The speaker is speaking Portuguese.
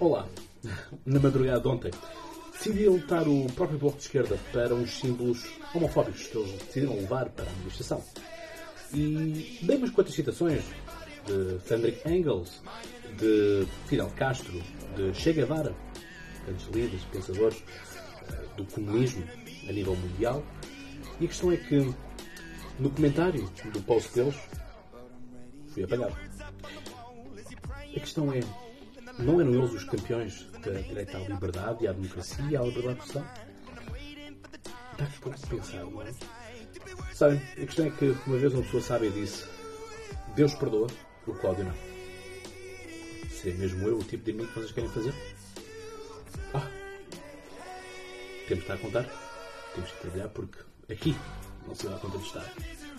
Olá, na madrugada de ontem decidi lutar o próprio Bloco de Esquerda para uns símbolos homofóbicos que eles decidiram levar para a manifestação. E dei umas quantas citações de Friedrich Engels, de Fidel Castro, de Che Guevara, grandes líderes, pensadores do comunismo a nível mundial. E a questão é que no comentário do post deles fui apagado. A questão é, não eram eles os campeões da direita à liberdade e à democracia e à liberdade de expressão? Dá que pouco de pensar, não é? Sabem, a questão é que uma vez uma pessoa sábia disse: Deus perdoa, o Cláudio não. Seria mesmo eu o tipo de inimigo que vocês querem fazer? Temos de estar a contar, temos que trabalhar porque aqui não se dá conta de estar.